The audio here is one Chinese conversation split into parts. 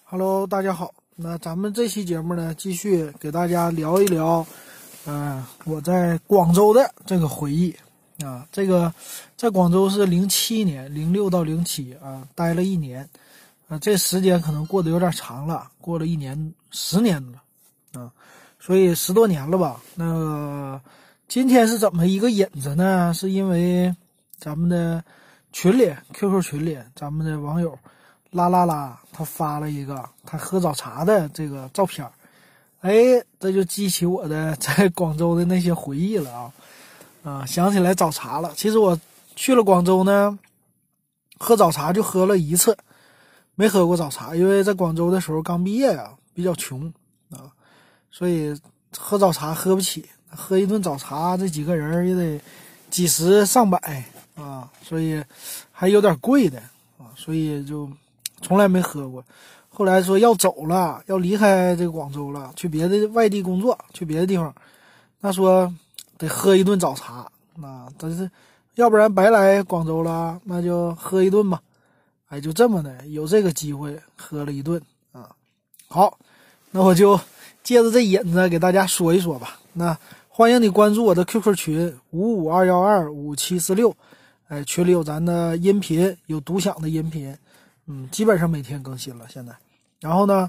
Hello，大家好。那咱们这期节目呢，继续给大家聊一聊，我在广州的这个回忆啊。这个在广州是07年，06到07啊，待了一年啊。这时间可能过得有点长了，过了一年，10年了啊，所以10多年了吧。那今天是怎么一个引子呢？是因为咱们的群里 QQ 群里，咱们的网友啦，他发了一个他喝早茶的这个照片，这就激起我的在广州的那些回忆了想起来早茶了。其实我去了广州呢，喝早茶就喝了一次，没喝过早茶，因为在广州的时候刚毕业比较穷啊，所以喝早茶喝不起，喝一顿早茶这几个人也得几十上百啊，所以还有点贵的啊，所以就从来没喝过。后来说要走了，要离开这个广州了，去别的外地工作，去别的地方，那说得喝一顿早茶，但是要不然白来广州了，那就喝一顿吧。就这么的，有这个机会喝了一顿啊。好，那我就借着这引子给大家说一说吧。那欢迎你关注我的 QQ 群552125746，群里有咱的音频，有独享的音频。基本上每天更新了现在。然后呢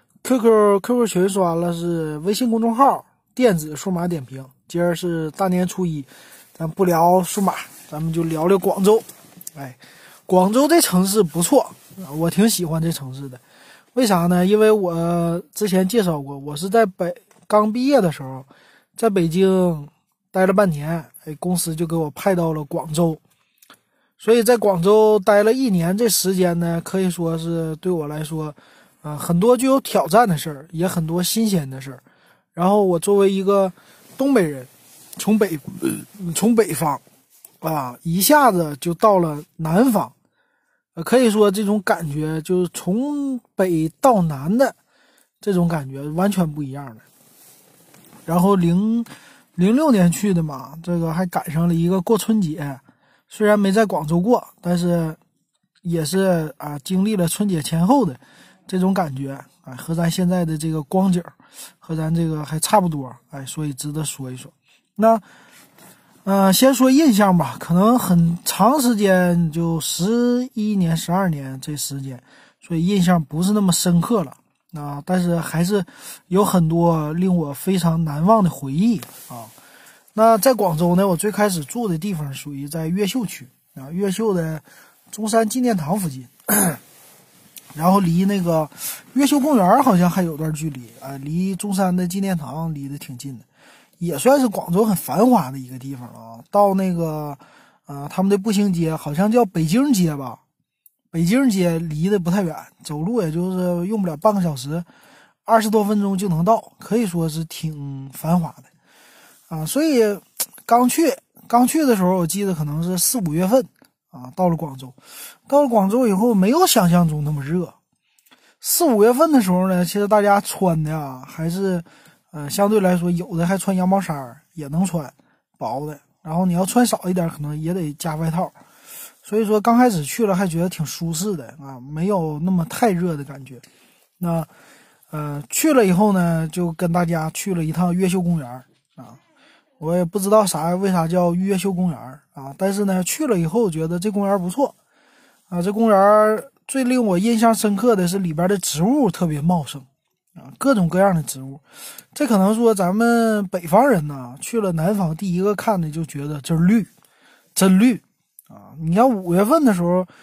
QQ 群说完了，是微信公众号电子数码点评。今儿是大年初一，咱不聊数码，咱们就聊聊广州。广州这城市不错，我挺喜欢这城市的。为啥呢？因为我之前介绍过，我是在刚毕业的时候在北京待了半年，公司就给我派到了广州。所以在广州待了一年，这时间呢，可以说是对我来说，很多具有挑战的事儿，也很多新鲜的事儿。然后我作为一个东北人，从北方，一下子就到了南方，可以说这种感觉就是从北到南的这种感觉完全不一样的。然后06年去的嘛，这个还赶上了一个过春节。虽然没在广州过，但是也是经历了春节前后的这种感觉和咱现在的这个光景和咱这个还差不多所以值得说一说。那先说印象吧，可能很长时间，就11年12年这时间，所以印象不是那么深刻了但是还是有很多令我非常难忘的回忆那在广州呢，我最开始住的地方属于在越秀区越秀的中山纪念堂附近然后离那个越秀公园好像还有段距离离中山的纪念堂离得挺近的，也算是广州很繁华的一个地方到那个他们的步行街好像叫北京街吧，北京街离得不太远，走路也就是用不了半个小时，20多分钟就能到，可以说是挺繁华的所以刚去的时候，我记得可能是4、5月份到了广州。到了广州以后，没有想象中那么热。4、5月份的时候呢，其实大家穿的还是相对来说，有的还穿羊毛衫也能穿薄的，然后你要穿少一点，可能也得加外套。所以说刚开始去了还觉得挺舒适的没有那么太热的感觉。那去了以后呢，就跟大家去了一趟越秀公园我也不知道为啥叫越秀公园但是呢去了以后觉得这公园不错这公园最令我印象深刻的是里边的植物特别茂盛各种各样的植物。这可能说咱们北方人去了南方第一个看的就觉得这绿，真绿你看5月份的时候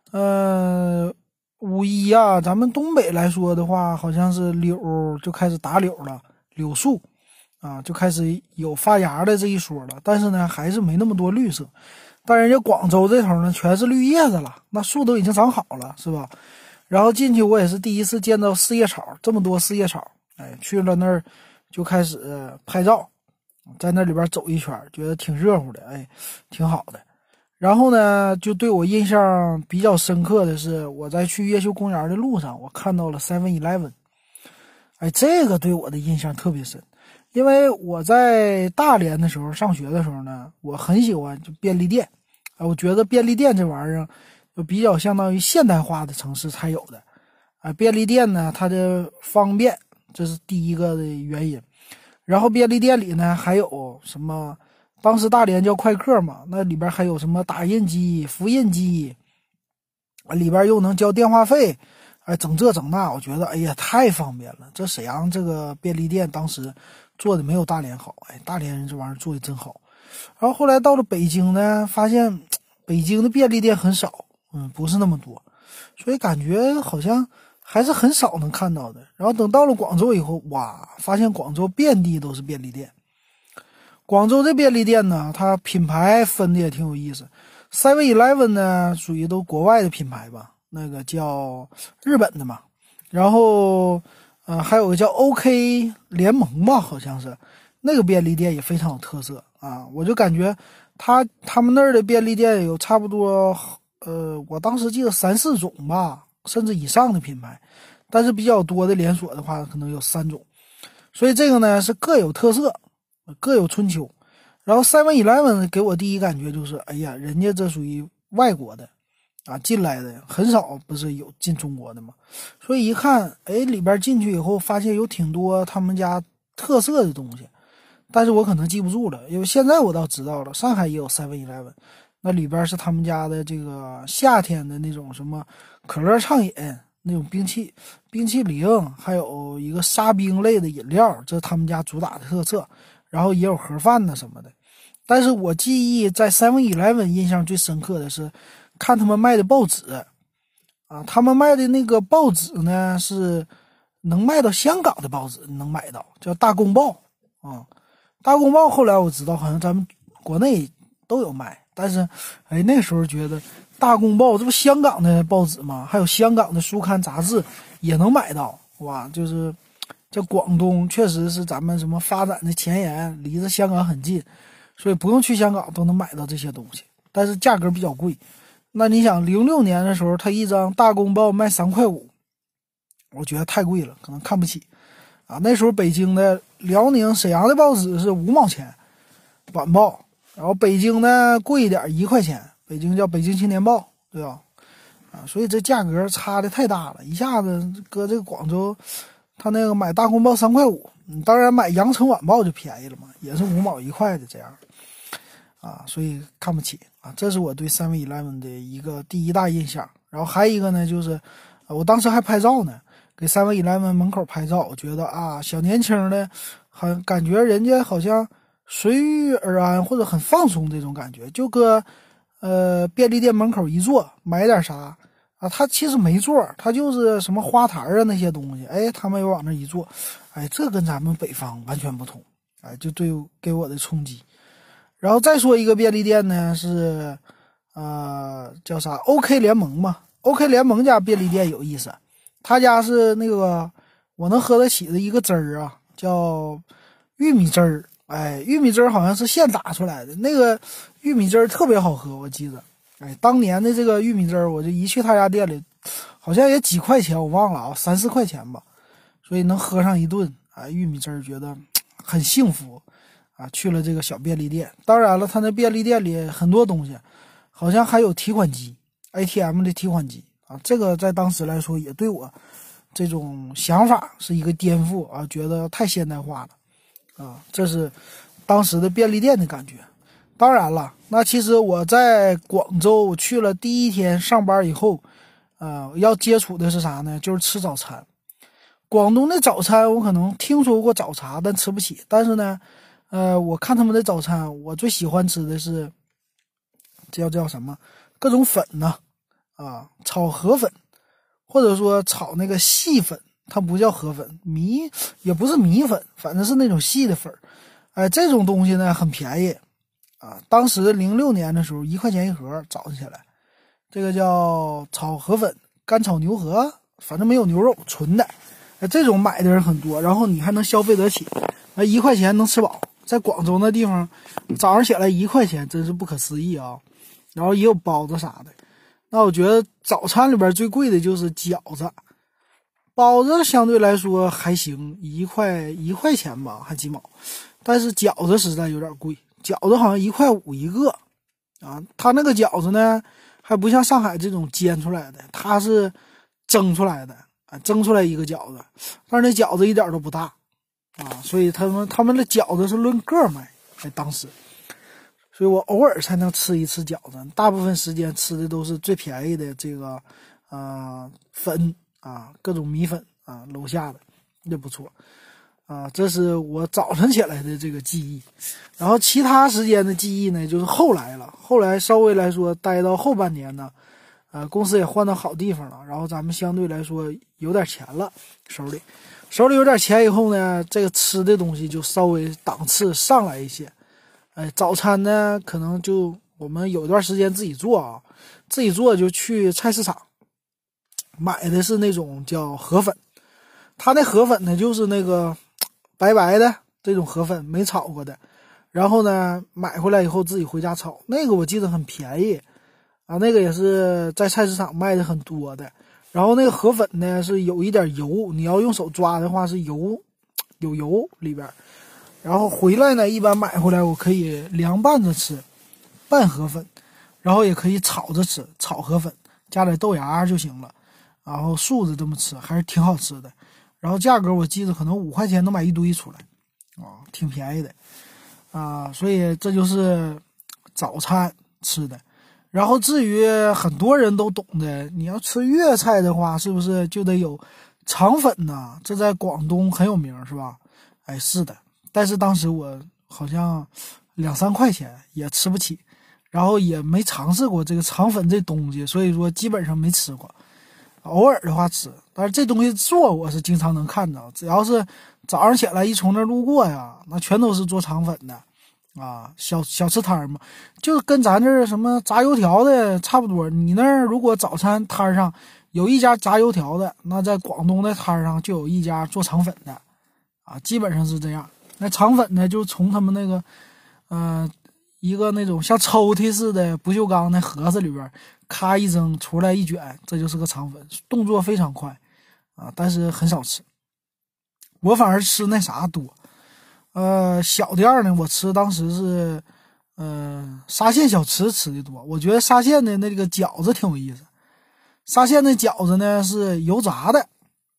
5·1咱们东北来说的话，好像是柳就开始打柳了，柳树就开始有发芽的这一说了，但是呢还是没那么多绿色。但人家广州这头呢全是绿叶子了，那树都已经长好了是吧。然后进去我也是第一次见到四叶草，这么多四叶草去了那儿就开始拍照，在那里边走一圈，觉得挺热乎的挺好的。然后呢就对我印象比较深刻的是，我在去越秀公园的路上，我看到了 7-Eleven， 这个对我的印象特别深。因为我在大连的时候上学的时候呢，我很喜欢就便利店我觉得便利店这玩意儿就比较相当于现代化的城市才有的便利店呢它的方便，这是第一个的原因。然后便利店里呢还有什么，当时大连叫快客嘛，那里边还有什么打印机、复印机，里边又能交电话费，整这整那，我觉得哎呀太方便了。这沈阳这个便利店当时做的没有大连好，大连人这玩意儿做的真好。然后后来到了北京呢，发现北京的便利店很少，不是那么多，所以感觉好像还是很少能看到的。然后等到了广州以后，哇，发现广州遍地都是便利店。广州这便利店呢，它品牌分的也挺有意思。7-Eleven 呢，属于都国外的品牌吧，那个叫日本的嘛。然后，还有个叫 OK 联盟吧，好像是那个便利店也非常有特色啊。我就感觉他们那儿的便利店有差不多，我当时记得3-4种吧，甚至以上的品牌。但是比较多的连锁的话，可能有3种。所以这个呢是各有特色，各有春秋。然后 7-Eleven 给我第一感觉就是，哎呀，人家这属于外国的啊，进来的很少，不是有进中国的吗？所以一看，里边进去以后发现有挺多他们家特色的东西，但是我可能记不住了，因为现在我倒知道了，上海也有 7-Eleven， 那里边是他们家的这个夏天的那种什么可乐畅饮，那种冰淇淋，还有一个沙冰类的饮料，这是他们家主打的特色。然后也有盒饭呢什么的。但是我记忆在 7-Eleven 印象最深刻的是看他们卖的报纸啊，他们卖的那个报纸呢是能卖到香港的报纸，能买到叫大公报啊。大公报后来我知道好像咱们国内都有卖，但是那时候觉得大公报这不香港的报纸吗？还有香港的书刊杂志也能买到，哇，就是这广东确实是咱们什么发展的前沿，离着香港很近，所以不用去香港都能买到这些东西，但是价格比较贵。那你想06年的时候，他一张大公报卖3块5，我觉得太贵了，可能看不起啊。那时候北京的、辽宁、沈阳的报纸是5毛钱晚报，然后北京呢贵一点1块钱，北京叫北京青年报，对吧？所以这价格差的太大了，一下子搁这个广州。他那个买大公报3块5，当然买羊城晚报就便宜了嘛，也是5毛1块的这样，所以看不起啊。这是我对 7-Eleven 的一个第一大印象。然后还有一个呢，就是我当时还拍照呢，给 7-Eleven 门口拍照，我觉得小年轻的，感觉人家好像随遇而安或者很放松这种感觉，就搁便利店门口一坐，买点啥。他其实没座，他就是什么花坛那些东西，他们又往那一坐，这跟咱们北方完全不同，就给我的冲击。然后再说一个便利店呢，是叫啥 OK 联盟嘛 ，OK 联盟家便利店有意思，他家是那个我能喝得起的一个汁儿啊，叫玉米汁儿，玉米汁儿好像是现打出来的，那个玉米汁儿特别好喝，我记得。当年的这个玉米汁儿，我就一去他家店里，好像也几块钱，我忘了3-4块钱吧，所以能喝上一顿玉米汁儿，觉得很幸福去了这个小便利店，当然了，他那便利店里很多东西，好像还有提款机 ，ATM 的提款机这个在当时来说也对我这种想法是一个颠覆觉得太现代化了这是当时的便利店的感觉。当然了，那其实我在广州去了第一天上班以后，要接触的是啥呢？就是吃早餐。广东的早餐我可能听说过早茶，但吃不起。但是呢，我看他们的早餐，我最喜欢吃的是叫什么？各种粉呢，炒河粉，或者说炒那个细粉，它不叫河粉，也不是米粉，反正是那种细的粉。这种东西呢很便宜。当时06年的时候1块钱一盒找起来，这个叫炒河粉、干炒牛河，反正没有牛肉，纯的。这种买的人很多，然后你还能消费得起，1块钱能吃饱。在广州那地方，早上起来1块钱真是不可思议啊！然后也有包子啥的。那我觉得早餐里边最贵的就是饺子，包子相对来说还行，1块钱吧，还几毛。但是饺子实在有点贵。饺子好像1块5一个它那个饺子呢还不像上海这种煎出来的，它是蒸出来的， 蒸出来一个饺子，但是那饺子一点都不大所以他们的饺子是论个卖，当时，所以我偶尔才能吃一次饺子，大部分时间吃的都是最便宜的这个粉各种米粉楼下的也不错这是我早晨起来的这个记忆。然后其他时间的记忆呢，就是后来了，后来稍微来说待到后半年呢公司也换到好地方了，然后咱们相对来说有点钱了，手里有点钱以后呢，这个吃的东西就稍微档次上来一些。早餐呢可能就我们有一段时间自己做自己做就去菜市场买的是那种叫河粉，它那河粉呢就是那个白白的这种河粉，没炒过的，然后呢买回来以后自己回家炒，那个我记得很便宜那个也是在菜市场卖的很多的。然后那个河粉呢是有一点油，你要用手抓的话是有油里边。然后回来呢，一般买回来我可以凉拌着吃，拌河粉，然后也可以炒着吃，炒河粉加点豆芽就行了，然后素着这么吃还是挺好吃的。然后价格我记得可能5块钱能买一堆出来挺便宜的所以这就是早餐吃的。然后至于很多人都懂的，你要吃粤菜的话是不是就得有肠粉呢？这在广东很有名是吧？是的，但是当时我好像2-3块钱也吃不起，然后也没尝试过这个肠粉这东西，所以说基本上没吃过，偶尔的话吃。但是这东西做我是经常能看到，只要是早上起来一从那儿路过呀，那全都是做肠粉的小吃摊嘛，就是跟咱这儿什么炸油条的差不多。你那儿如果早餐摊上有一家炸油条的，那在广东的摊上就有一家做肠粉的基本上是这样。那肠粉呢就从他们那个一个那种像抽屉似的不锈钢那盒子里边咔一蒸出来一卷，这就是个肠粉，动作非常快但是很少吃。我反而吃那啥多小店呢，我吃当时是沙县小吃吃的多。我觉得沙县的那个饺子挺有意思，沙县的饺子呢是油炸的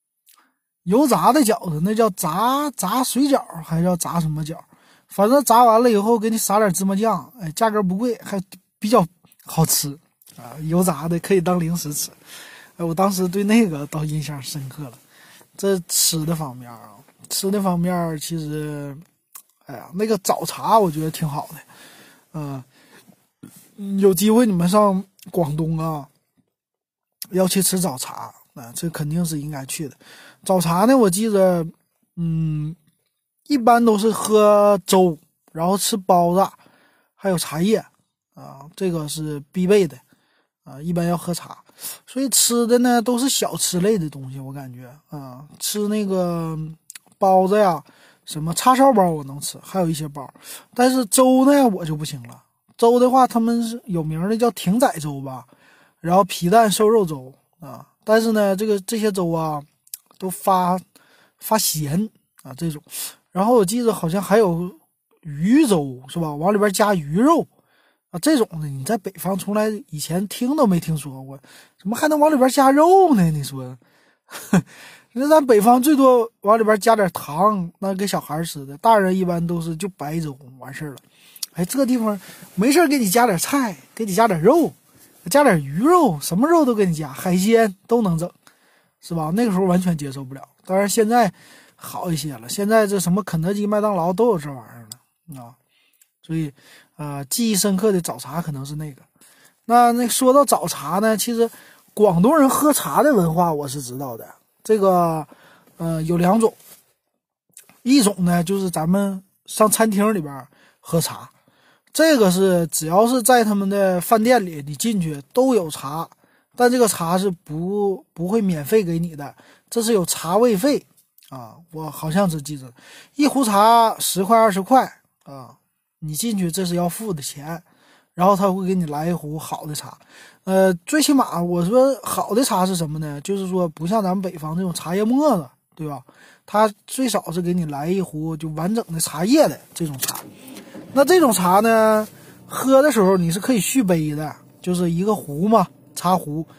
饺子，那叫炸水饺还叫炸什么饺，反正炸完了以后给你撒点芝麻酱，价格不贵，还比较好吃油炸的可以当零食吃。我当时对那个倒印象深刻了。这吃的方面其实那个早茶我觉得挺好的有机会你们上广东要去吃早茶这肯定是应该去的。早茶呢我记得一般都是喝粥，然后吃包子还有茶叶这个是必备的一般要喝茶。所以吃的呢都是小吃类的东西，我感觉吃那个包子呀什么叉烧包我能吃，还有一些包。但是粥呢我就不行了，粥的话他们是有名的叫艇仔粥吧，然后皮蛋瘦肉粥但是呢这些粥都发咸这种。然后我记得好像还有鱼粥是吧，往里边加鱼肉这种的你在北方从来以前听都没听说过，怎么还能往里边加肉呢？你说那咱北方最多往里边加点糖，那给小孩吃的，大人一般都是就白粥完事儿了。这个地方没事给你加点菜，给你加点肉，加点鱼肉，什么肉都给你加，海鲜都能整，是吧？那个时候完全接受不了。当然现在好一些了，现在这什么肯德基麦当劳都有这玩意儿了所以记忆深刻的早茶可能是那个。那说到早茶呢，其实广东人喝茶的文化我是知道的。这个有2种，一种呢就是咱们上餐厅里边喝茶，这个是只要是在他们的饭店里你进去都有茶，但这个茶是不会免费给你的，这是有茶位费我好像是记着一壶茶10块20块你进去这是要付的钱，然后他会给你来一壶好的茶。最起码我说好的茶是什么呢？就是说不像咱们北方这种茶叶沫子，对吧？它最少是给你来一壶就完整的茶叶的这种茶。那这种茶呢，喝的时候你是可以续杯的，就是一个壶嘛，茶壶，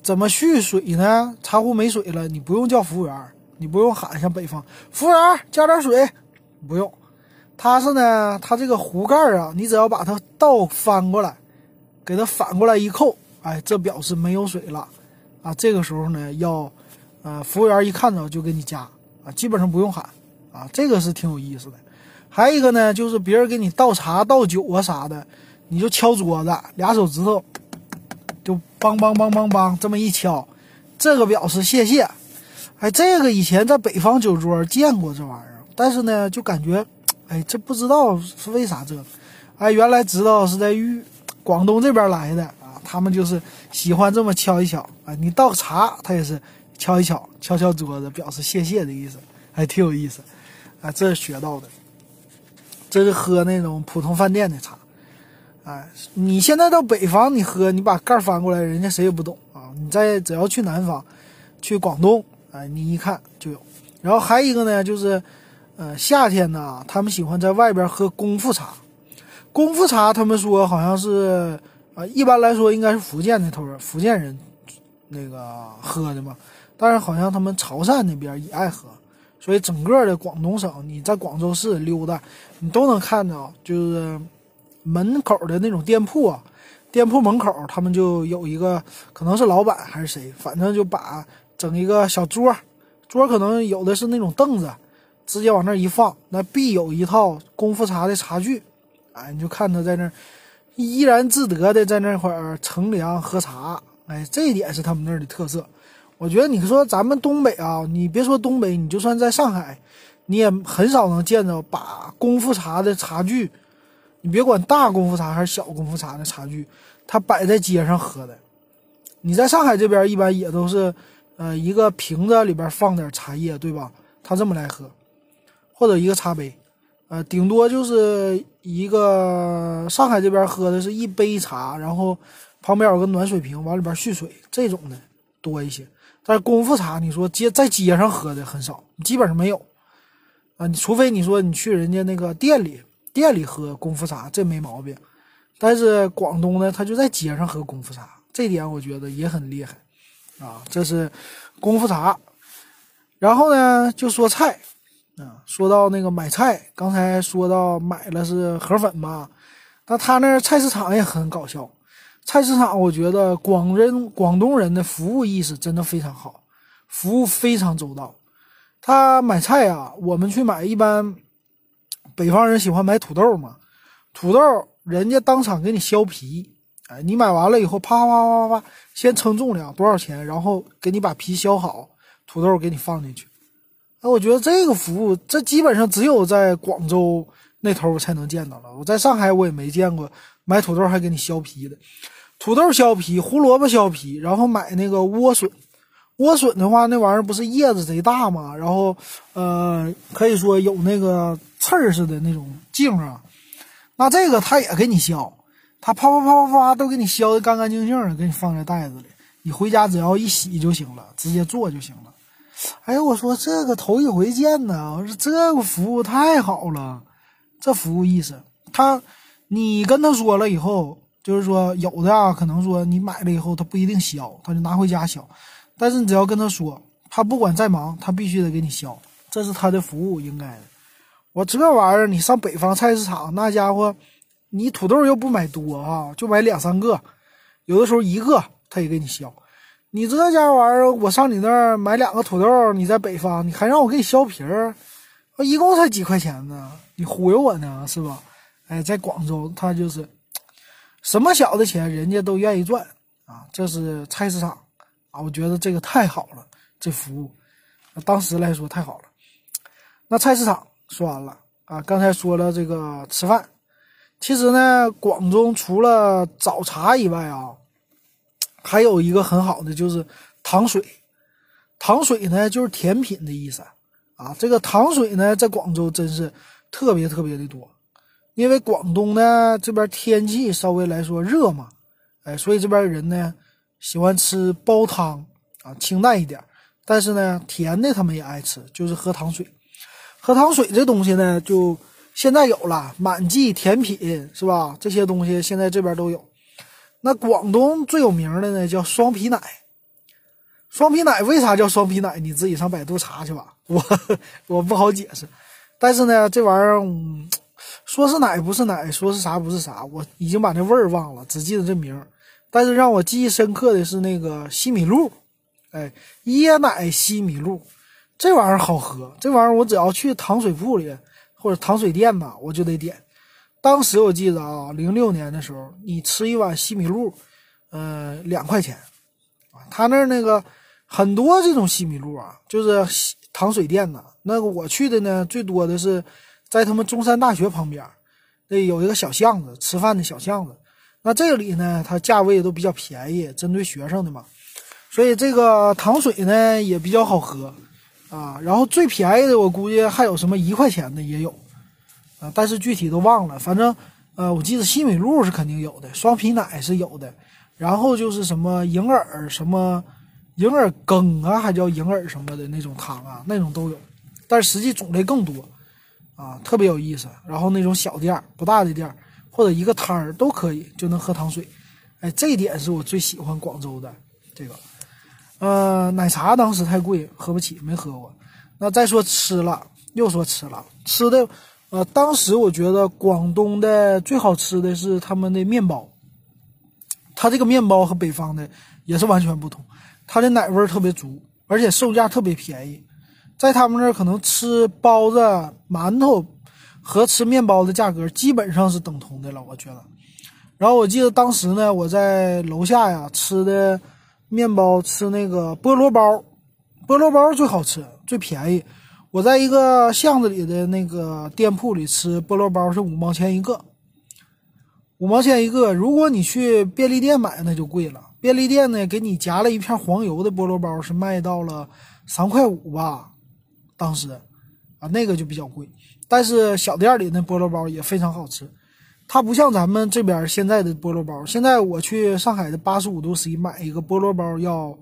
怎么蓄水呢？茶壶没水了，你不用叫服务员，你不用喊像北方服务员加点水，不用。它是呢，它这个壶盖啊，你只要把它倒翻过来，给它反过来一扣，哎，这表示没有水了啊。这个时候呢，服务员一看着就给你加啊，基本上不用喊啊，这个是挺有意思的。还有一个呢，就是别人给你倒茶倒酒啊啥的，你就敲桌子，俩手指头就梆梆梆梆梆这么一敲，这个表示谢谢。哎，这个以前在北方酒桌见过这玩意儿，但是呢，就感觉，哎，这不知道是为啥这个，哎，原来知道是在广东这边来的啊，他们就是喜欢这么敲一敲，哎，你倒茶他也是敲一敲，敲敲桌子表示谢谢的意思，还挺有意思，啊，这是学到的。这是喝那种普通饭店的茶，哎，你现在到北方你喝，你把盖翻过来，人家谁也不懂啊。你只要去南方，去广东，哎，你一看就有。然后还有一个呢，就是夏天呢，他们喜欢在外边喝功夫茶。功夫茶他们说好像是一般来说应该是福建人那个喝的嘛，但是好像他们潮汕那边也爱喝。所以整个的广东省，你在广州市溜达，你都能看到，就是门口的那种店铺啊，店铺门口他们就有一个，可能是老板还是谁，反正就把整一个小桌可能有的是那种凳子，直接往那一放，那必有一套功夫茶的茶具，哎，你就看他在那儿怡然自得的在那块儿乘凉喝茶，哎，这一点是他们那儿的特色。我觉得你说咱们东北啊，你别说东北，你就算在上海，你也很少能见着把功夫茶的茶具，你别管大功夫茶还是小功夫茶的茶具，它摆在街上喝的。你在上海这边一般也都是，一个瓶子里边放点茶叶，对吧？他这么来喝，或者一个茶杯，顶多就是一个上海这边喝的是一杯茶，然后旁边有个暖水瓶往里边蓄水，这种的多一些。但是功夫茶，你说在街上喝的很少，基本上没有啊。你除非你说你去人家那个店里喝功夫茶，这没毛病。但是广东呢，他就在街上喝功夫茶，这点我觉得也很厉害啊。这是功夫茶。然后呢，就说菜啊，说到那个买菜，刚才说到买了是河粉嘛，那他那菜市场也很搞笑。菜市场我觉得广东人的服务意识真的非常好，服务非常周到。他买菜啊，我们去买，一般北方人喜欢买土豆嘛，土豆人家当场给你削皮，哎，你买完了以后啪啪啪啪啪先称重量多少钱，然后给你把皮削好，土豆给你放进去。我觉得这个服务这基本上只有在广州那头才能见到了，我在上海我也没见过买土豆还给你削皮的。土豆削皮，胡萝卜削皮，然后买那个莴笋。莴笋的话，那玩意儿不是叶子贼大吗？然后可以说有那个刺儿似的那种茎啊。那这个他也给你削，他啪啪啪啪啪都给你削的干干净净的，给你放在袋子里。你回家只要一洗就行了，直接做就行了。哎，我说这个头一回见呢，我说这个服务太好了，这服务意识，你跟他说了以后。就是说有的啊，可能说你买了以后他不一定削，他就拿回家削，但是你只要跟他说，他不管再忙他必须得给你削，这是他的服务应该的。我这玩意儿你上北方菜市场那家伙，你土豆又不买多啊，就买2、3个，有的时候一个他也给你削。你这家玩意儿我上你那儿买2个土豆，你在北方你还让我给你削皮儿，我一共才几块钱呢，你忽悠我呢是吧？哎，在广州他就是什么小的钱人家都愿意赚啊，这是菜市场啊，我觉得这个太好了，这服务当时来说太好了。那菜市场说完了啊，刚才说了这个吃饭，其实呢广州除了早茶以外啊，还有一个很好的就是糖水。糖水呢就是甜品的意思啊，这个糖水呢在广州真是特别特别的多。因为广东呢这边天气稍微来说热嘛，哎，所以这边人呢喜欢吃煲汤啊，清淡一点，但是呢甜的他们也爱吃，就是喝糖水。喝糖水这东西呢就现在有了，满记甜品是吧，这些东西现在这边都有。那广东最有名的呢叫双皮奶双皮奶为啥叫双皮奶？你自己上百度查去吧，我不好解释。但是呢，这玩意儿，说是奶不是奶，说是啥不是啥，我已经把那味儿忘了，只记得这名儿。但是让我记忆深刻的是那个西米露，椰奶西米露，这玩意儿好喝。这玩意儿我只要去糖水铺里或者糖水店吧，我就得点。当时我记得啊，06年的时候，你吃一碗西米露，2块钱啊。他那个很多这种西米露啊，就是糖水店的。那个我去的呢，最多的是在他们中山大学旁边，那有一个小巷子，吃饭的小巷子。那这个里呢，它价位都比较便宜，针对学生的嘛，所以这个糖水呢也比较好喝啊。然后最便宜的我估计还有什么1块钱的也有啊，但是具体都忘了。反正我记得西米露是肯定有的，双皮奶是有的，然后就是什么银耳什么银耳羹啊，还叫银耳什么的那种汤啊，那种都有，但是实际种类更多啊，特别有意思。然后那种小店不大的店或者一个摊儿都可以就能喝糖水，这一点是我最喜欢广州的这个。奶茶当时太贵，喝不起，没喝过。那再说吃了，又说吃了，吃的当时我觉得广东的最好吃的是他们的面包，它这个面包和北方的也是完全不同，它的奶味特别足，而且售价特别便宜。在他们那儿可能吃包子、馒头和吃面包的价格基本上是等同的了，我觉得。然后我记得当时呢，我在楼下呀吃的面包，吃那个菠萝包，菠萝包最好吃，最便宜。我在一个巷子里的那个店铺里吃菠萝包是5毛钱一个，5毛钱一个。如果你去便利店买那就贵了，便利店呢给你夹了一片黄油的菠萝包是卖到了3块5吧，当时啊那个就比较贵。但是小店里那菠萝包也非常好吃，它不像咱们这边现在的菠萝包。现在我去上海的85度 C 买一个菠萝包要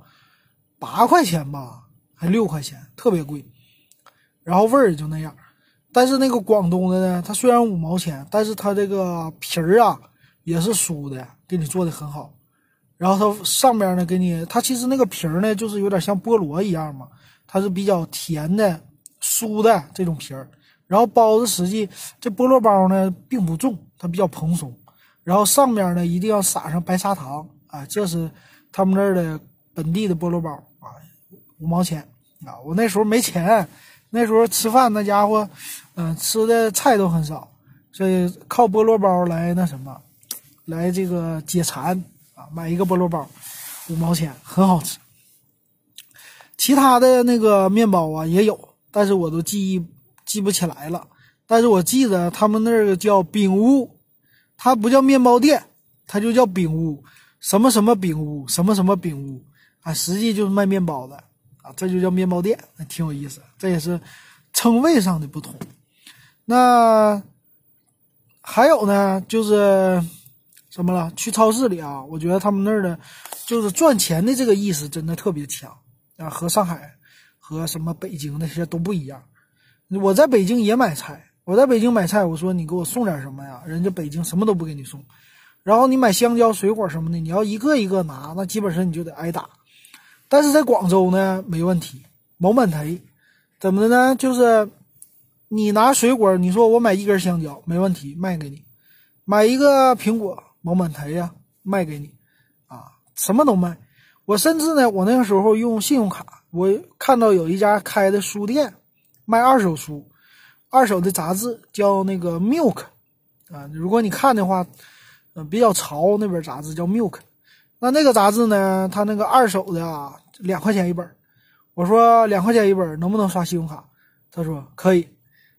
8块钱吧，还6块钱，特别贵。然后味儿也就那样。但是那个广东的呢，它虽然5毛钱，但是它这个皮儿啊也是酥的，给你做的很好。然后它上面呢给你，它其实那个皮儿呢就是有点像菠萝一样嘛，它是比较甜的、酥的这种皮儿。然后包子实际这菠萝包呢并不重，它比较蓬松。然后上面呢一定要撒上白砂糖啊，这是他们那儿的本地的菠萝包啊，5毛钱啊。我那时候没钱，那时候吃饭那家伙，吃的菜都很少，所以靠菠萝包来那什么，来这个解馋啊，买一个菠萝包5毛钱，很好吃。其他的那个面包啊也有，但是我都记不起来了。但是我记得他们那个叫饼屋，它不叫面包店，它就叫饼屋，什么什么饼屋，什么什么饼屋啊，实际就是卖面包的啊，这就叫面包店，挺有意思。这也是称谓上的不同。那还有呢，就是什么了？去超市里啊，我觉得他们那儿的，就是赚钱的这个意识真的特别强啊，和上海和什么北京那些都不一样。我在北京也买菜，我在北京买菜，我说你给我送点什么呀？人家北京什么都不给你送。然后你买香蕉、水果什么的，你要一个一个拿，那基本上你就得挨打。但是在广州呢，没问题，冇问题。怎么的呢？就是你拿水果，你说我买1根香蕉，没问题，卖给你；买一个苹果，冇问题呀，卖给你，啊，什么都卖。我甚至呢，我那个时候用信用卡，我看到有一家开的书店。卖二手书，二手的杂志叫那个 Milk 啊，如果你看的话，比较潮那本杂志叫 Milk。那个杂志呢，它那个二手的啊，2块钱一本。我说2块钱一本能不能刷信用卡？他说可以。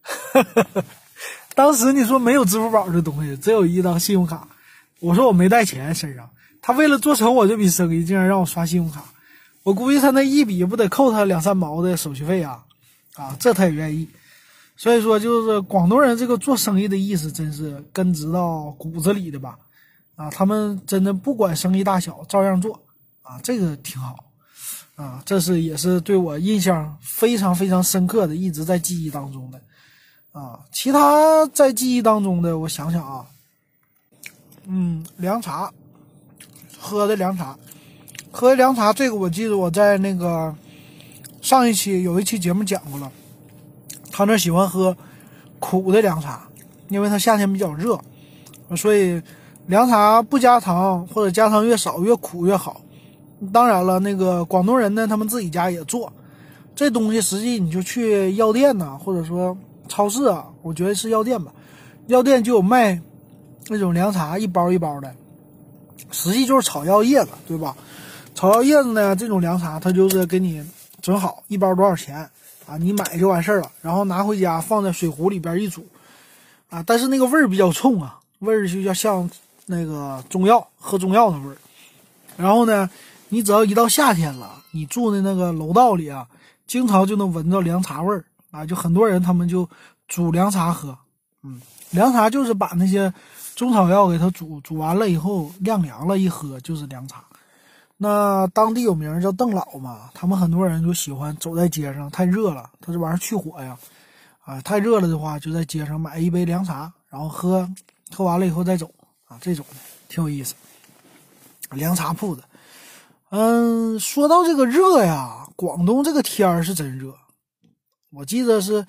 当时你说没有支付宝这东西，只有一张信用卡。我说我没带钱身上，他为了做成我这笔生意，竟然让我刷信用卡。我估计他那一笔不得扣他2、3毛的手续费啊。啊，这他也愿意。所以说就是广东人这个做生意的意识真是根植到骨子里的吧。啊，他们真的不管生意大小照样做啊，这个挺好啊，这是也是对我印象非常非常深刻的，一直在记忆当中的啊。其他在记忆当中的我想想啊，凉茶，喝的凉茶， 喝凉茶这个我记得我在那个上一期有一期节目讲过了，他那喜欢喝苦的凉茶，因为他夏天比较热，所以凉茶不加糖或者加糖越少越苦越好。当然了，那个广东人呢，他们自己家也做这东西，实际你就去药店呐，或者说超市啊，我觉得是药店吧，药店就有卖那种凉茶，一包一包的，实际就是草药叶子，对吧？草药叶子呢，这种凉茶它就是给你整好，一包多少钱啊？你买就完事儿了，然后拿回家放在水壶里边一煮啊，但是那个味儿比较冲啊，味儿就像那个中药，喝中药的味儿。然后呢，你只要一到夏天了，你住的那个楼道里啊，经常就能闻到凉茶味儿啊，就很多人他们就煮凉茶喝。凉茶就是把那些中草药给它煮完了以后晾凉了，一喝就是凉茶。那当地有名叫邓老嘛，他们很多人就喜欢走在街上，太热了，他这玩意儿去火呀，啊，太热了的话就在街上买一杯凉茶，然后喝完了以后再走啊，这种的挺有意思。凉茶铺子，说到这个热呀，广东这个天儿是真热，我记得是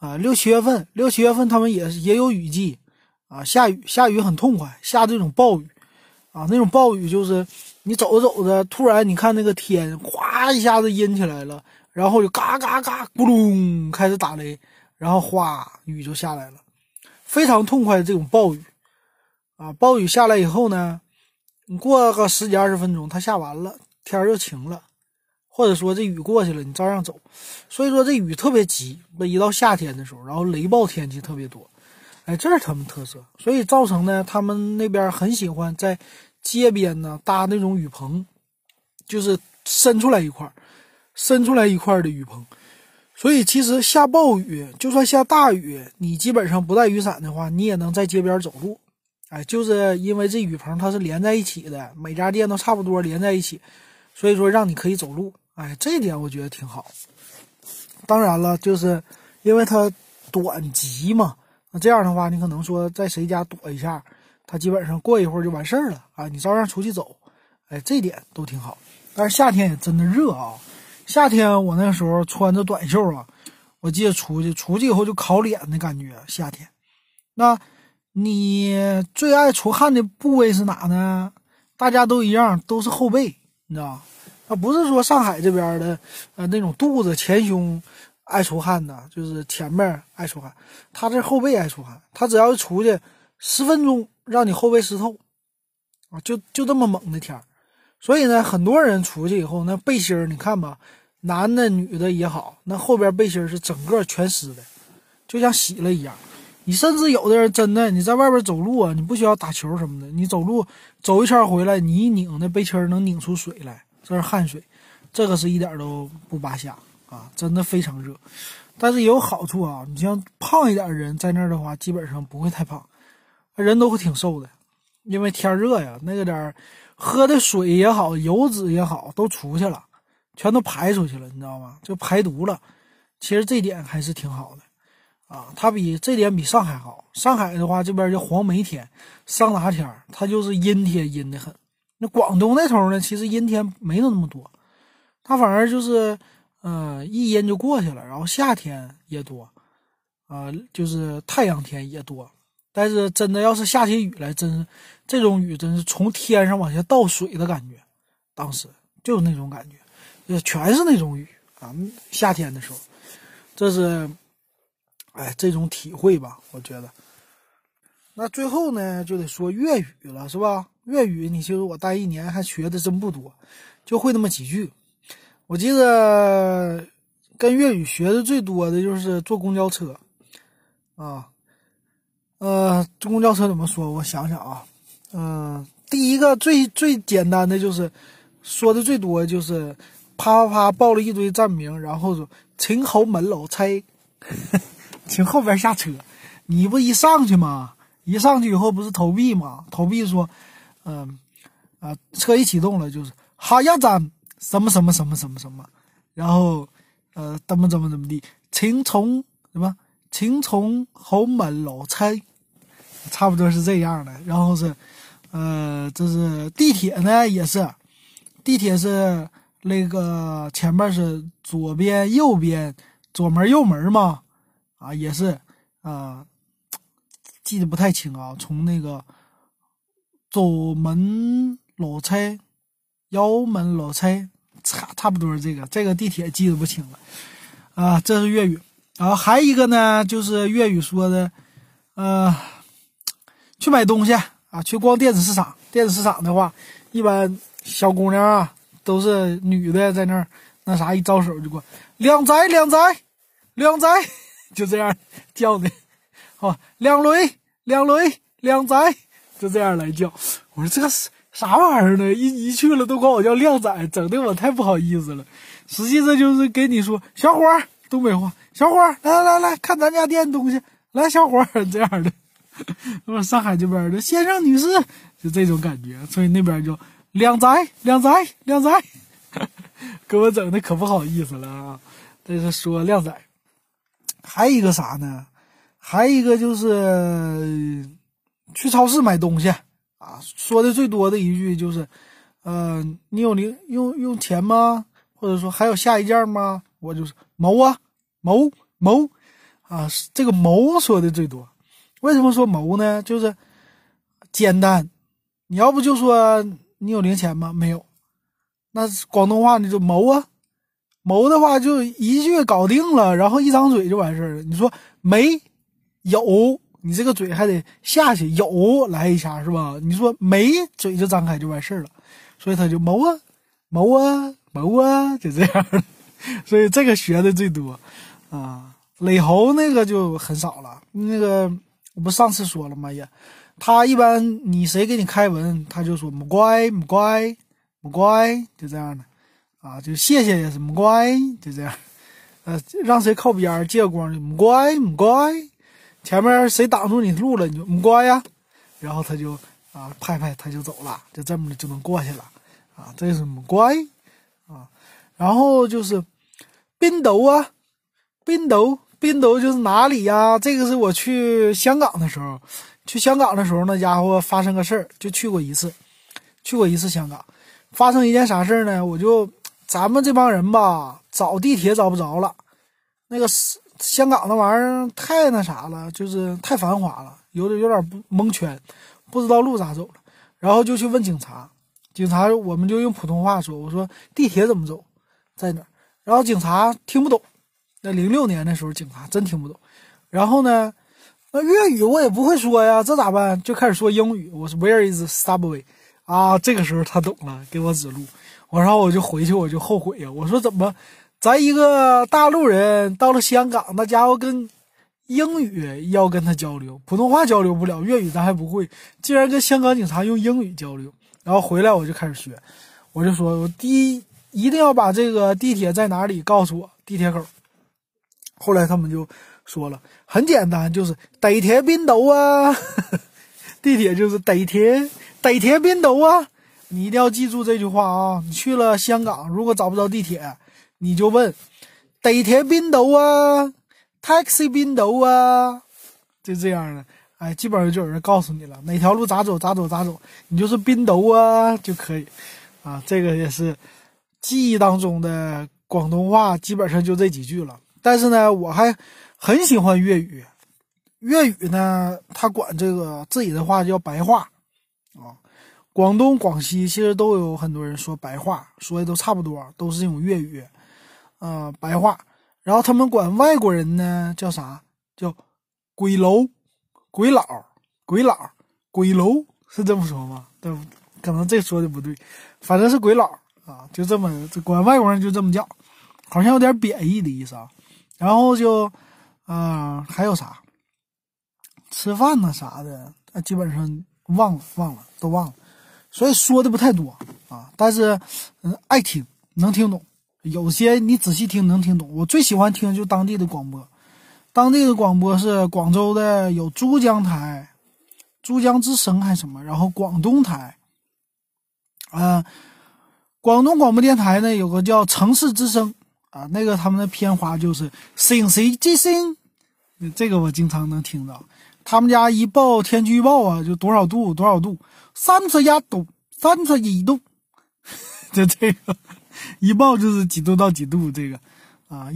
6、7月份他们也有雨季啊，下雨很痛快，下这种暴雨啊，那种暴雨就是你走着走着，突然你看那个天哗一下子阴起来了，然后就嘎嘎嘎咕隆开始打雷，然后哗雨就下来了，非常痛快的这种暴雨啊。暴雨下来以后呢，你过个10几20分钟它下完了，天又晴了，或者说这雨过去了你照样走。所以说这雨特别急，一到夏天的时候，然后雷暴天气特别多，这是他们特色，所以造成呢他们那边很喜欢在街边呢搭那种雨棚，就是伸出来一块的雨棚。所以其实下暴雨就算下大雨，你基本上不带雨伞的话，你也能在街边走路。就是因为这雨棚它是连在一起的，每家店都差不多连在一起，所以说让你可以走路。这一点我觉得挺好。当然了，就是因为它短急嘛，那这样的话你可能说在谁家躲一下，它基本上过一会儿就完事儿了啊，你照样出去走。这点都挺好。但是夏天也真的热啊，夏天我那时候穿着短袖啊，我记得出去以后就烤脸的感觉。夏天，那你最爱出汗的部位是哪呢？大家都一样，都是后背，你知道吗？不是说上海这边的那种肚子前胸爱出汗的，就是前面爱出汗，他这后背爱出汗，他只要出去10分钟让你后背湿透啊，就这么猛的天儿。所以呢，很多人出去以后那背心儿你看吧，男的女的也好，那后边背心儿是整个全湿的，就像洗了一样。你甚至有的人真的你在外边走路啊，你不需要打球什么的，你走路走一圈回来，你一拧那背心儿能拧出水来，这是汗水，这个是一点都不扒瞎啊，真的非常热。但是也有好处啊，你像胖一点的人在那儿的话，基本上不会太胖，人都会挺瘦的，因为天热呀，那个点喝的水也好，油脂也好，都出去了，全都排出去了，你知道吗？就排毒了。其实这点还是挺好的啊，它这点比上海好。上海的话，这边叫黄梅天、桑拿天，它就是阴天，阴得很。那广东那头呢，其实阴天没那么多，它反而就是一阴就过去了，然后夏天也多就是太阳天也多。但是真的要是下起雨来，真是这种雨真是从天上往下倒水的感觉，当时就是那种感觉，全是那种雨啊。夏天的时候，这是这种体会吧，我觉得。那最后呢，就得说粤语了，是吧？粤语你其实我待1年还学的真不多，就会那么几句。我记得跟粤语学的最多的就是坐公交车啊。坐公交车怎么说？我想想啊，第一个最简单的就是说的最多就是啪啪啪报了一堆站名，然后说请后门楼车，请后边下车。你不一上去吗？一上去以后不是投币吗？投币说，车一启动了就是下一站什么什么什么什么什么，然后怎么地，请从什么？请从后门楼车，差不多是这样的。然后是这是地铁呢，也是地铁是那个前面是左边右边，左门右门嘛，啊也是记得不太清啊。从那个左门路车、右门路车，差不多是这个地铁记得不清了啊。这是粤语。然后还一个呢，就是粤语说的，去买东西啊，去逛电子市场。电子市场的话，一般小姑娘啊都是女的在那儿，那啥一招手就过，靓仔，就这样叫的，靓仔，就这样来叫。我说这个啥玩意儿呢？一去了都管我叫靓仔，整的我太不好意思了。实际上就是给你说，小伙儿，东北话，小伙儿，来，看咱家店东西，来，小伙儿这样的。我上海这边的先生女士就这种感觉，所以那边就靓仔，给我整的可不好意思了啊。这是说靓仔。还一个啥呢？还一个就是去超市买东西啊，说的最多的一句就是你有用钱吗？或者说还有下一件吗？我就是谋啊，这个谋说的最多。为什么说谋呢？就是简单，你要不就说你有零钱吗？没有。那广东话你就谋啊，谋的话就一句搞定了，然后一张嘴就完事儿了。你说没有，你这个嘴还得下去，有来一下是吧？你说没，嘴就张开就完事儿了。所以他就谋啊，就这样的。所以这个学的最多啊。垒猴那个就很少了，那个我不上次说了吗？也，他一般你谁给你开文，他就说唔乖，就这样的啊。就谢谢也是唔乖，就这样。让谁靠边借光就唔乖，前面谁挡住你路了，你就唔乖呀，然后他就拍他就走了，就这么的就能过去了啊。这是唔乖啊。然后就是滨斗就是哪里呀？这个是我去香港的时候，那家伙发生个事儿，就去过一次香港。发生一件啥事儿呢？咱们这帮人吧，找地铁找不着了。那个香港那玩意儿太那啥了，就是太繁华了，有点蒙圈，不知道路咋走了。然后就去问警察，我们就用普通话说，我说地铁怎么走，在哪儿？然后警察听不懂。那06年的时候，警察真听不懂。然后呢，那粤语我也不会说呀，这咋办？就开始说英语。我说 Where is subway？ 啊，这个时候他懂了，给我指路。然后我就回去，我就后悔呀。我说怎么，咱一个大陆人到了香港，那家伙跟英语要跟他交流，普通话交流不了，粤语咱还不会，竟然跟香港警察用英语交流。然后回来我就开始学，我就说我一定要把这个地铁在哪里告诉我，地铁口。后来他们就说了，很简单，就是地铁边度啊，地铁就是地铁边度啊。你一定要记住这句话啊！你去了香港，如果找不着地铁，你就问地铁边度啊 ，taxi 边度啊，就这样的。哎，基本上就有人告诉你了，哪条路咋走，你就是边度啊就可以啊。这个也是记忆当中的广东话，基本上就这几句了。但是呢，我还很喜欢粤语。粤语呢，他管这个自己的话叫白话啊。广东、广西其实都有很多人说白话，说的都差不多，都是这种粤语，白话。然后他们管外国人呢叫啥？叫鬼佬，鬼佬，是这么说吗？对，可能这说的不对，反正是鬼佬啊，就这么管外国人就这么叫，好像有点贬义的意思啊。然后就还有啥吃饭呢啥的，基本上都忘了，所以说的不太多啊。但是爱听，能听懂，有些你仔细听能听懂。我最喜欢听就当地的广播，是广州的，有珠江台、珠江之声还是什么，然后广东台广东广播电台呢有个叫城市之声啊，那个他们的片花就是城市之声，这个我经常能听到。他们家一报天气预报啊，就多少度，31度、32度， 就这个一报就是几度到几度，这个啊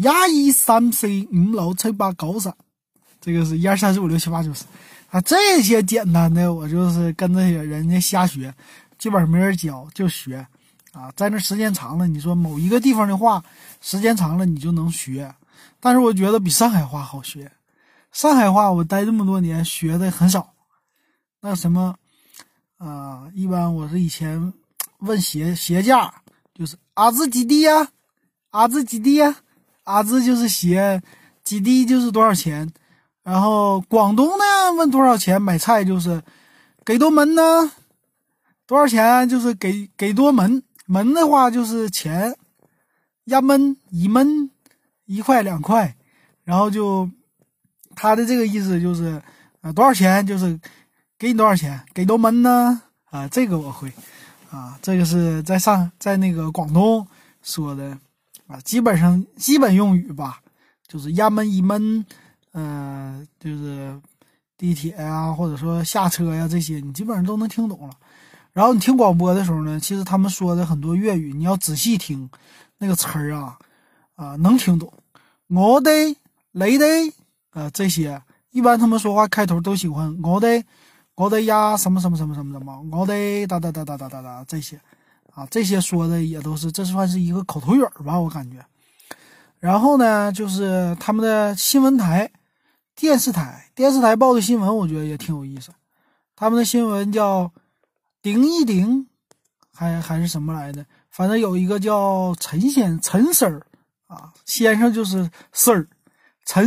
，1、2、3、4、5、6、7、8、9、10，这个是1、2、3、4、5、6、7、8、9、10啊，这些简单的我就是跟这些人家瞎学，基本上没人教就学啊，在那时间长了，你说某一个地方的话，时间长了你就能学，但是我觉得比上海话好学。上海话我待这么多年学的很少，那什么一般我是以前问鞋价，就是阿字几滴呀，阿字几滴呀，阿字就是鞋，几滴就是多少钱。然后广东呢问多少钱买菜就是给多门呢，多少钱就是给多门，门的话就是钱，压门一门1块2块，然后就他的这个意思就是多少钱就是给你多少钱，给多门呢这个我会这个是在那个广东说的基本用语吧，就是压门一门就是地铁呀或者说下车呀这些你基本上都能听懂了。然后你听广播的时候呢，其实他们说的很多粤语你要仔细听那个词儿能听懂，我哋你哋这些一般他们说话开头都喜欢我哋呀什么什么什么什么什么，我哋哒哒哒哒哒哒哒这些这些说的也都是，这算是一个口头语吧我感觉。然后呢就是他们的新闻台电视台报的新闻我觉得也挺有意思，他们的新闻叫顶一顶还是什么来的，反正有一个叫陈先生先生就是 Sir， 陈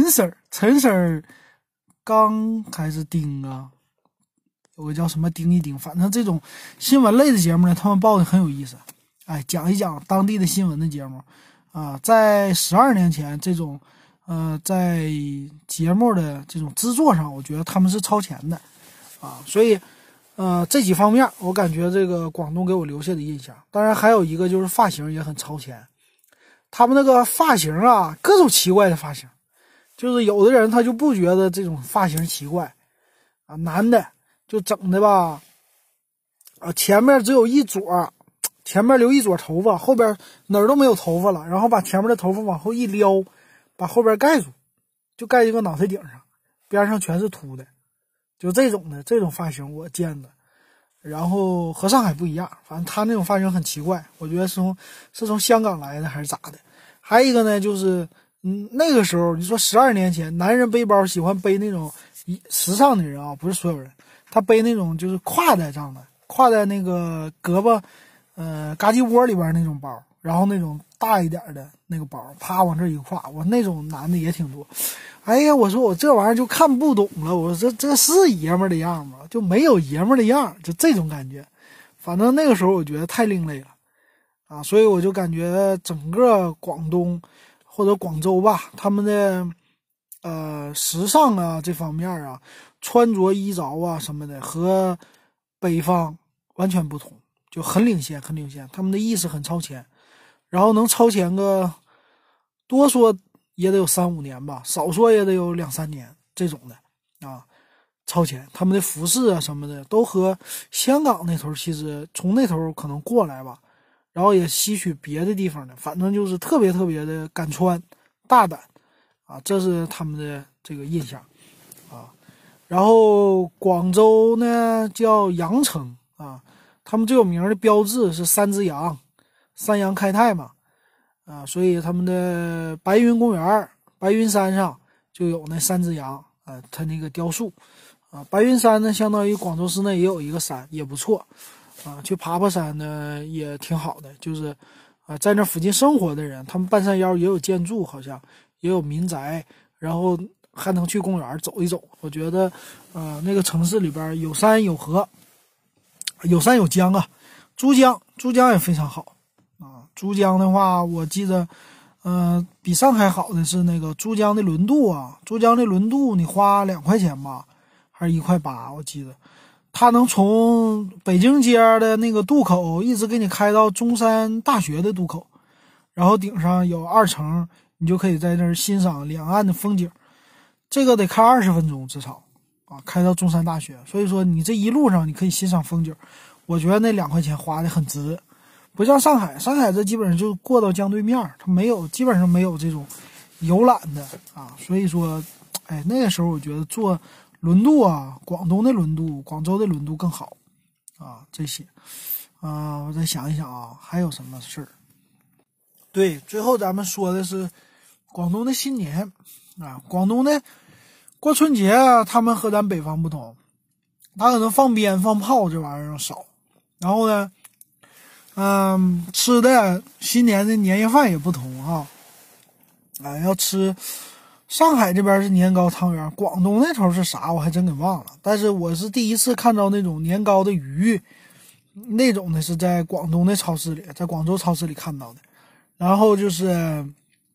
Sir 刚还是丁有个叫什么丁一丁，反正这种新闻类的节目呢他们报的很有意思，讲一讲当地的新闻的节目在12年前这种在节目的这种制作上我觉得他们是超前的所以这几方面我感觉这个广东给我留下的印象。当然还有一个就是发型也很超前，他们那个发型各种奇怪的发型，就是有的人他就不觉得这种发型奇怪男的就整的吧前面只有一撮，前面留一撮头发，后边哪儿都没有头发了，然后把前面的头发往后一撩，把后边盖住，就盖一个脑袋顶上，边上全是秃的，就这种发型我见的。然后和上海不一样，反正他那种发型很奇怪，我觉得是从香港来的还是咋的。还有一个呢就是那个时候你说12年前男人背包喜欢背那种时尚的人不是所有人，他背那种就是挎在那个胳膊嘎叽窝里边那种包，然后那种大一点的那个包啪往这一挎，我那种男的也挺多。哎呀，我说我这玩意儿就看不懂了，我说这是爷们儿的样吗？就没有爷们儿的样，就这种感觉。反正那个时候我觉得太另类了所以我就感觉整个广东或者广州吧，他们的时尚这方面穿着衣着什么的和北方完全不同，就很领先，他们的意识很超前，然后能超前个多说也得有3-5年吧，少说也得有2-3年这种的超前。他们的服饰什么的都和香港那头其实从那头可能过来吧，然后也吸取别的地方的，反正就是特别特别的敢穿大胆这是他们的这个印象然后广州呢叫羊城他们最有名的标志是3只羊，三羊开泰嘛所以他们的白云公园白云山上就有那3只羊它那个雕塑白云山呢相当于广州市内也有一个山也不错去爬山呢也挺好的，就是在那附近生活的人他们半山腰也有建筑，好像也有民宅，然后还能去公园走一走。我觉得那个城市里边有山有河，有山有江珠江也非常好珠江的话我记得比上海好的是那个珠江的轮渡珠江的轮渡你花2块钱吧，还是1块8，我记得它能从北京街的那个渡口一直给你开到中山大学的渡口，然后顶上有2层，你就可以在那儿欣赏两岸的风景，这个得开20分钟至少开到中山大学，所以说你这一路上你可以欣赏风景，我觉得那2块钱花的很值。 不像上海，上海这基本上就过到江对面，它没有，基本上没有这种游览的啊。所以说，哎，那个时候我觉得坐轮渡啊，广东的轮渡、广州的轮渡更好啊。这些啊，我再想一想啊，还有什么事儿？对，最后咱们说的是广东的新年啊，广东的过春节啊，他们和咱北方不同，他可能放鞭放炮这玩意儿少，然后呢，吃的新年的年夜饭也不同哈，要吃上海这边是年糕汤圆，广东那头是啥我还真给忘了，但是我是第一次看到那种年糕的鱼，那种的是在广东的超市里，在广州超市里看到的。然后就是，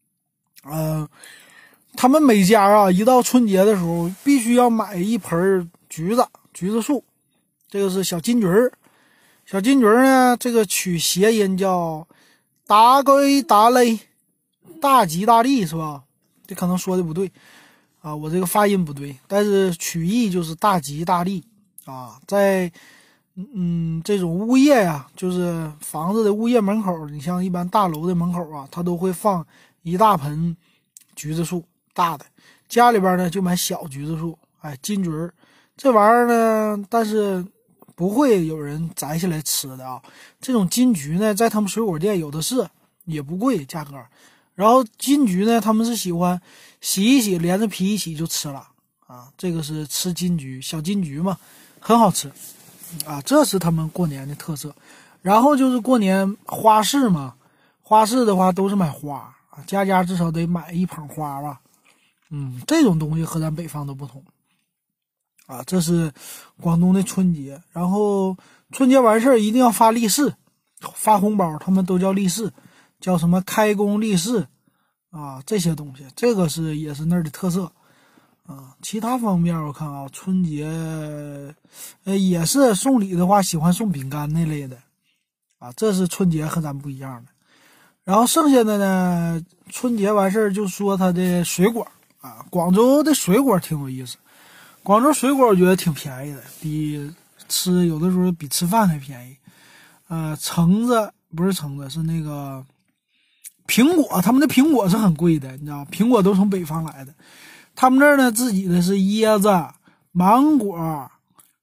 他们每家啊，一到春节的时候，必须要买一盆橘子树，这个是小金桔儿。小金桔儿呢，这个取谐音叫大吉大利，大吉大利是吧？这可能说的不对啊，我这个发音不对，但是取义就是大吉大利啊，在。这种物业呀，就是房子的物业门口，你像一般大楼的门口啊，它都会放一大盆橘子树，大的。家里边呢就买小橘子树，哎，金桔儿这玩意儿呢，但是不会有人摘下来吃的啊。这种金桔呢，在他们水果店有的是，也不贵价格。然后金桔呢，他们是喜欢洗一洗，连着皮一洗就吃了啊。这个是吃金桔，小金桔嘛，很好吃。啊，这是他们过年的特色。然后就是过年花市嘛，花市的话都是买花啊，家家至少得买一捧花吧。这种东西和咱北方都不同啊。这是广东的春节，然后春节完事儿一定要发利是，发红包，他们都叫利是，叫什么开工利是啊，这些东西，这个也是那儿的特色。其他方面我看啊，春节，也是送礼的话，喜欢送饼干那类的，啊，这是春节和咱不一样的。然后剩下的呢，春节完事儿就说它的水果啊，广州的水果挺有意思。广州水果我觉得挺便宜的，有的时候比吃饭还便宜。橙子不是橙子，是那个苹果，他们的苹果是很贵的，你知道，苹果都从北方来的。他们这儿呢，自己的是椰子、芒果，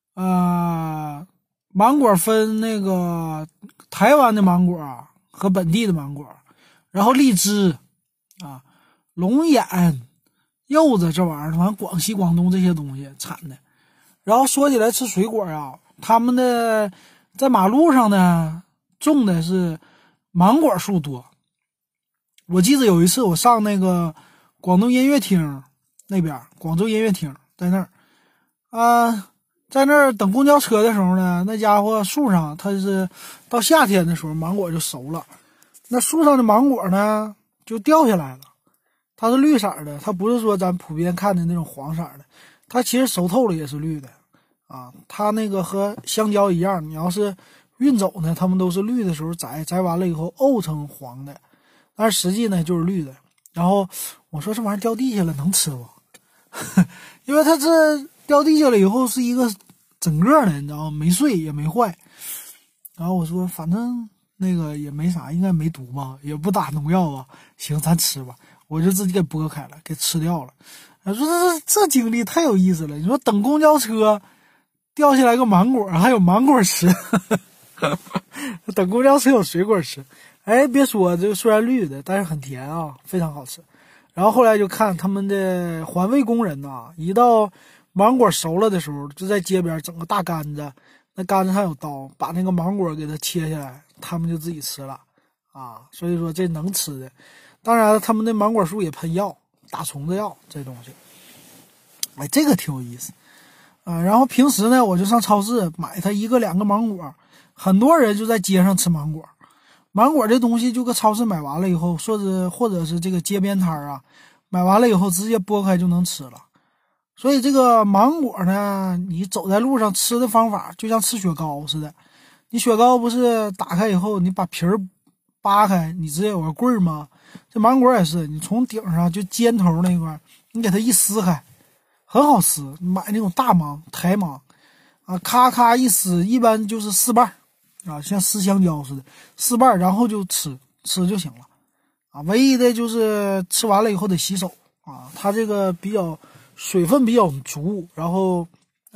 芒果分那个台湾的芒果和本地的芒果，然后荔枝啊、龙眼、柚子这玩意儿，反正广西、广东这些东西产的。然后说起来吃水果啊，他们的在马路上呢种的是芒果树多。我记得有一次我上那个广东音乐厅。那边广州音乐厅在那儿在那儿等公交车的时候呢，那家伙树上它是到夏天的时候芒果就熟了，那树上的芒果呢就掉下来了，它是绿色的，它不是说咱普遍看的那种黄色的，它其实熟透了也是绿的啊。它那个和香蕉一样，你要是运走呢，它们都是绿的时候摘完了以后沤成黄的，但是实际呢就是绿的。然后我说这玩意儿掉地下了能吃不？因为它这掉地下了以后是一个整个的，你知道吗？没碎也没坏。然后我说反正那个也没啥，应该没毒吧，也不打农药吧，行咱吃吧。我就自己给剥开了，给吃掉了。他说这经历太有意思了，你说等公交车掉下来个芒果，还有芒果吃。等公交车有水果吃。哎，别说这个虽然绿的，但是很甜啊，非常好吃。然后后来就看他们的环卫工人呐，一到芒果熟了的时候，就在街边整个大杆子，那杆子上有刀，把那个芒果给它切下来，他们就自己吃了啊。所以说这能吃的。当然他们的芒果树也喷药，打虫子药，这东西，哎，这个挺有意思啊。然后平时呢，我就上超市买它1个2个芒果，很多人就在街上吃芒果。芒果这东西就搁超市买完了以后，或者是这个街边摊啊，买完了以后直接剥开就能吃了。所以这个芒果呢，你走在路上吃的方法就像吃雪糕似的。你雪糕不是打开以后你把皮儿扒开，你直接有个棍儿吗？这芒果也是，你从顶上就尖头那块你给它一撕开，很好撕。买那种大芒、台芒啊，咔咔一撕，一般就是4瓣啊，像撕香蕉似的，撕瓣然后就吃就行了啊。唯一的就是吃完了以后得洗手啊，它这个比较水分比较足，然后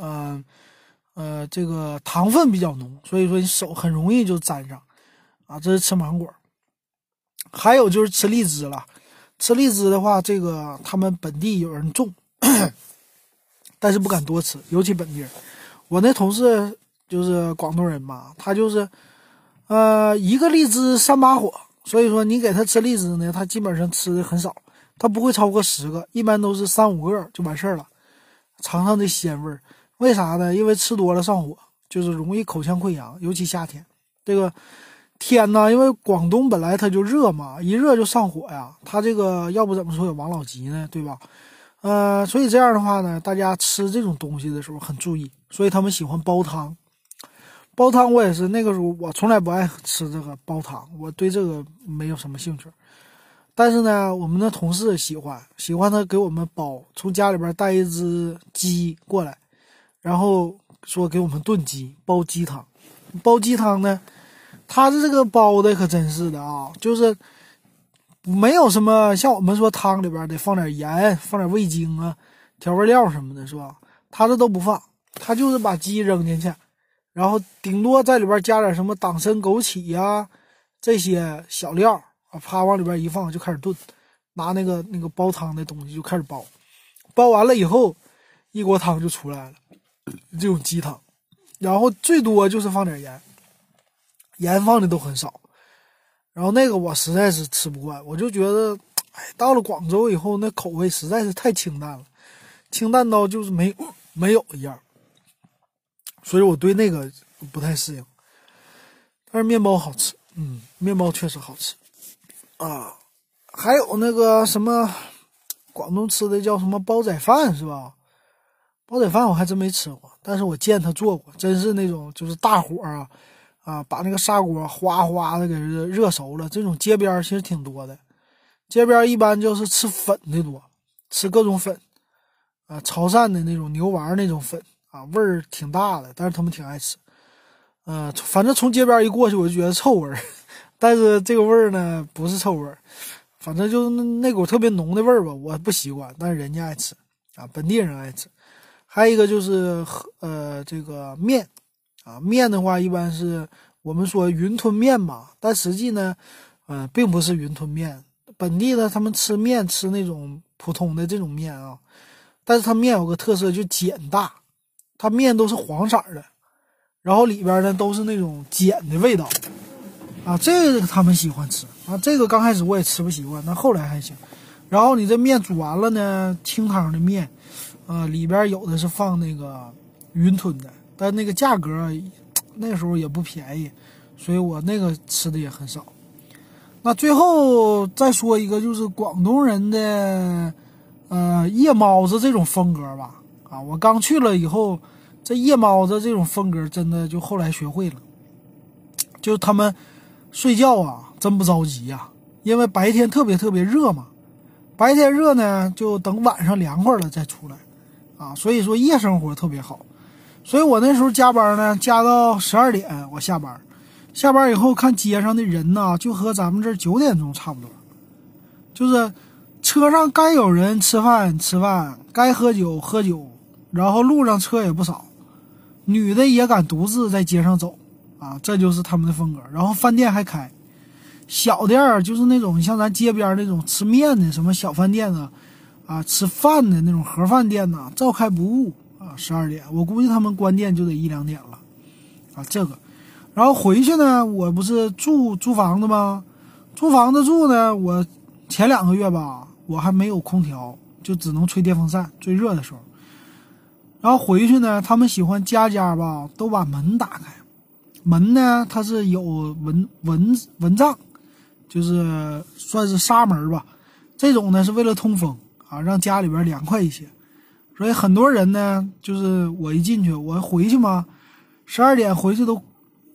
这个糖分比较浓，所以说你手很容易就沾上啊。这是吃芒果。还有就是吃荔枝了，吃荔枝的话，这个他们本地有人种，但是不敢多吃，尤其本地人。我那同事就是广东人嘛，他就是一个荔枝3把火，所以说你给他吃荔枝呢，他基本上吃的很少，他不会超过10个，一般都是3、5个就完事儿了，尝尝这鲜味儿。为啥呢？因为吃多了上火，就是容易口腔溃疡，尤其夏天这个天呢，因为广东本来它就热嘛，一热就上火呀，它这个要不怎么说有王老吉呢，对吧？所以这样的话呢，大家吃这种东西的时候很注意，所以他们喜欢煲汤。煲汤我也是，那个时候我从来不爱吃这个煲汤，我对这个没有什么兴趣。但是呢，我们的同事喜欢他给我们煲，从家里边带一只鸡过来，然后说给我们炖鸡，煲鸡汤。煲鸡汤呢，他的这个煲的可真是的啊，就是没有什么像我们说汤里边得放点盐，放点味精啊，调味料什么的，是吧？他这都不放，他就是把鸡扔进去，然后顶多在里边加点什么党参、枸杞呀这些小料啊，啪往里边一放就开始炖，拿那个煲汤的东西就开始煲，煲完了以后一锅汤就出来了，这种鸡汤，然后最多就是放点盐，盐放的都很少。然后那个我实在是吃不惯，我就觉得，哎，到了广州以后，那口味实在是太清淡了，清淡到就是没有一样，所以我对那个不太适应。但是面包好吃，面包确实好吃啊。还有那个什么，广东吃的叫什么煲仔饭是吧？煲仔饭我还真没吃过，但是我见他做过，真是那种就是大火把那个砂锅哗哗的给热熟了。这种街边其实挺多的，街边一般就是吃粉的多，吃各种粉潮汕的那种牛丸那种粉啊，味儿挺大的，但是他们挺爱吃。反正从街边一过去我就觉得臭味儿，但是这个味儿呢不是臭味儿，反正就是那股特别浓的味儿吧，我不习惯，但是人家爱吃啊，本地人爱吃。还有一个就是这个面啊，面的话一般是我们说云吞面嘛，但实际呢并不是云吞面。本地的他们吃面吃那种普通的这种面啊，但是它面有个特色就碱大，它面都是黄色的，然后里边呢都是那种碱的味道啊，这个他们喜欢吃啊。这个刚开始我也吃不习惯，但后来还行。然后你这面煮完了呢，清汤的面里边有的是放那个云吞的，但那个价格那时候也不便宜，所以我那个吃的也很少。那最后再说一个，就是广东人的夜猫子这种风格吧。啊，我刚去了以后，这夜猫子这种风格真的就后来学会了，就他们睡觉啊真不着急呀，因为白天特别热嘛，白天热呢就等晚上凉快了再出来啊，所以说夜生活特别好。所以我那时候加班呢，加到12点我下班，下班以后看街上的人呢，就和咱们这9点钟差不多，就是车上该有人吃饭，该喝酒，然后路上车也不少，女的也敢独自在街上走啊，这就是他们的风格。然后饭店还开，小店就是那种像咱街边那种吃面的什么小饭店吃饭的那种盒饭店照开不误啊。12点我估计他们关店就得1、2点了啊。这个然后回去呢，我不是租房子吗？租房子住呢，我前2个月吧，我还没有空调，就只能吹电风扇，最热的时候。然后回去呢，他们喜欢家吧都把门打开，门呢它是有蚊帐，就是算是纱门吧，这种呢是为了通风啊，让家里边凉快一些。所以很多人呢，就是我一进去，我回去嘛，12点回去都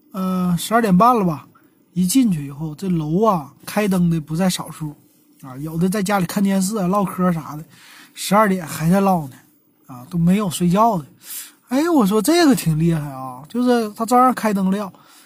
12点半了吧，一进去以后，这楼开灯的不在少数啊，有的在家里看电视唠嗑啥的，12点还在唠呢啊，都没有睡觉的。哎，我说这个挺厉害啊，就是他照样开灯亮，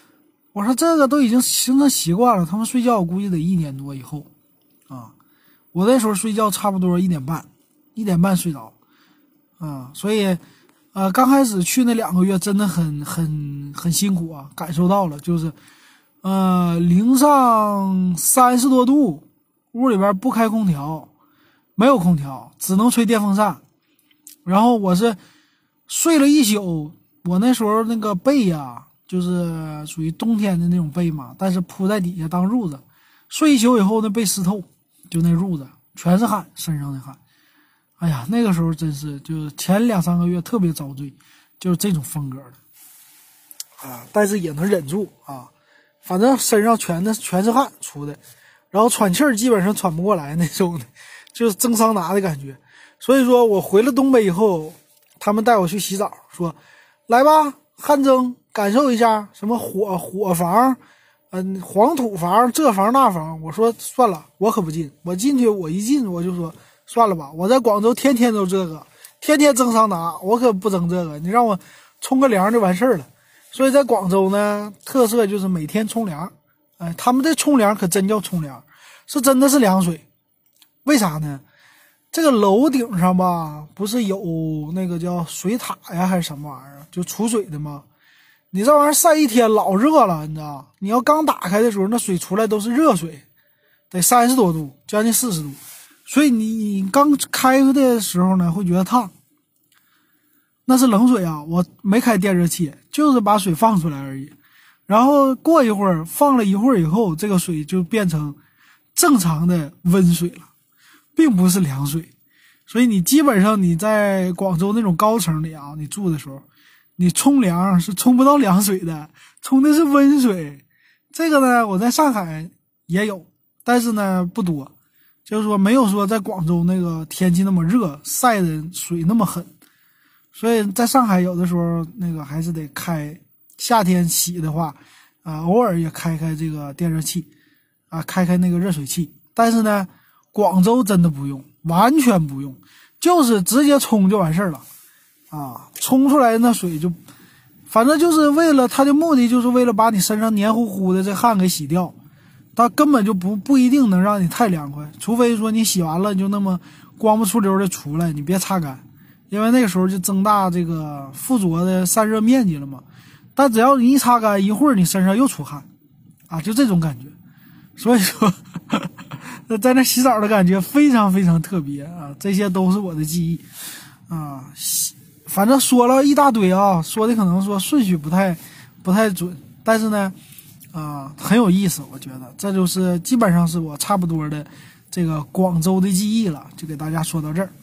我说这个都已经形成习惯了，他们睡觉我估计得1年多以后啊，我那时候睡觉差不多1点半睡着啊，所以刚开始去那2个月真的很辛苦啊，感受到了就是零上30多度，屋里边不开空调，没有空调，只能吹电风扇。然后我是睡了一宿，我那时候那个被呀，就是属于冬天的那种被嘛，但是铺在底下当褥子，睡一宿以后那被湿透，就那褥子全是汗，身上的汗。哎呀，那个时候真是就是前2、3个月特别遭罪，就是这种风格的啊，但是也能忍住啊，反正身上全是汗出的，然后喘气儿基本上喘不过来那种的，就是蒸桑拿的感觉。所以说我回了东北以后，他们带我去洗澡，说来吧，汗蒸感受一下什么火房，黄土房，这房那房。我说算了，我可不进，我进去我一进我就说算了吧，我在广州天天都这个，天天蒸桑拿，我可不蒸这个，你让我冲个凉就完事儿了。所以在广州呢，特色就是每天冲凉，他们这冲凉可真叫冲凉，是真的是凉水。为啥呢？这个楼顶上吧，不是有那个叫水塔呀，还是什么玩意儿，就储水的吗？你这玩意儿晒一天老热了，你知道？你要刚打开的时候，那水出来都是热水，得30多度，将近40度，所以你刚开的时候呢，会觉得烫。那是冷水啊，我没开电热器，就是把水放出来而已。然后过一会儿，放了一会儿以后，这个水就变成正常的温水了。并不是凉水，所以你基本上你在广州那种高层里啊，你住的时候，你冲凉是冲不到凉水的，冲的是温水。这个呢，我在上海也有，但是呢不多，就是说没有说在广州那个天气那么热，晒的水那么狠。所以在上海有的时候那个还是得开，夏天洗的话偶尔也开这个电热器开那个热水器。但是呢广州真的不用，完全不用，就是直接冲就完事儿了冲出来那水就反正就是为了它的目的，就是为了把你身上黏糊糊的这汗给洗掉，它根本就不一定能让你太凉快，除非说你洗完了就那么光不出溜的出来，你别擦干，因为那个时候就增大这个附着的散热面积了嘛。但只要你一擦干，一会儿你身上又出汗就这种感觉。所以说在那洗澡的感觉非常非常特别这些都是我的记忆反正说了一大堆说的可能说顺序不太准，但是呢很有意思，我觉得这就是基本上是我差不多的这个广州的记忆了，就给大家说到这儿。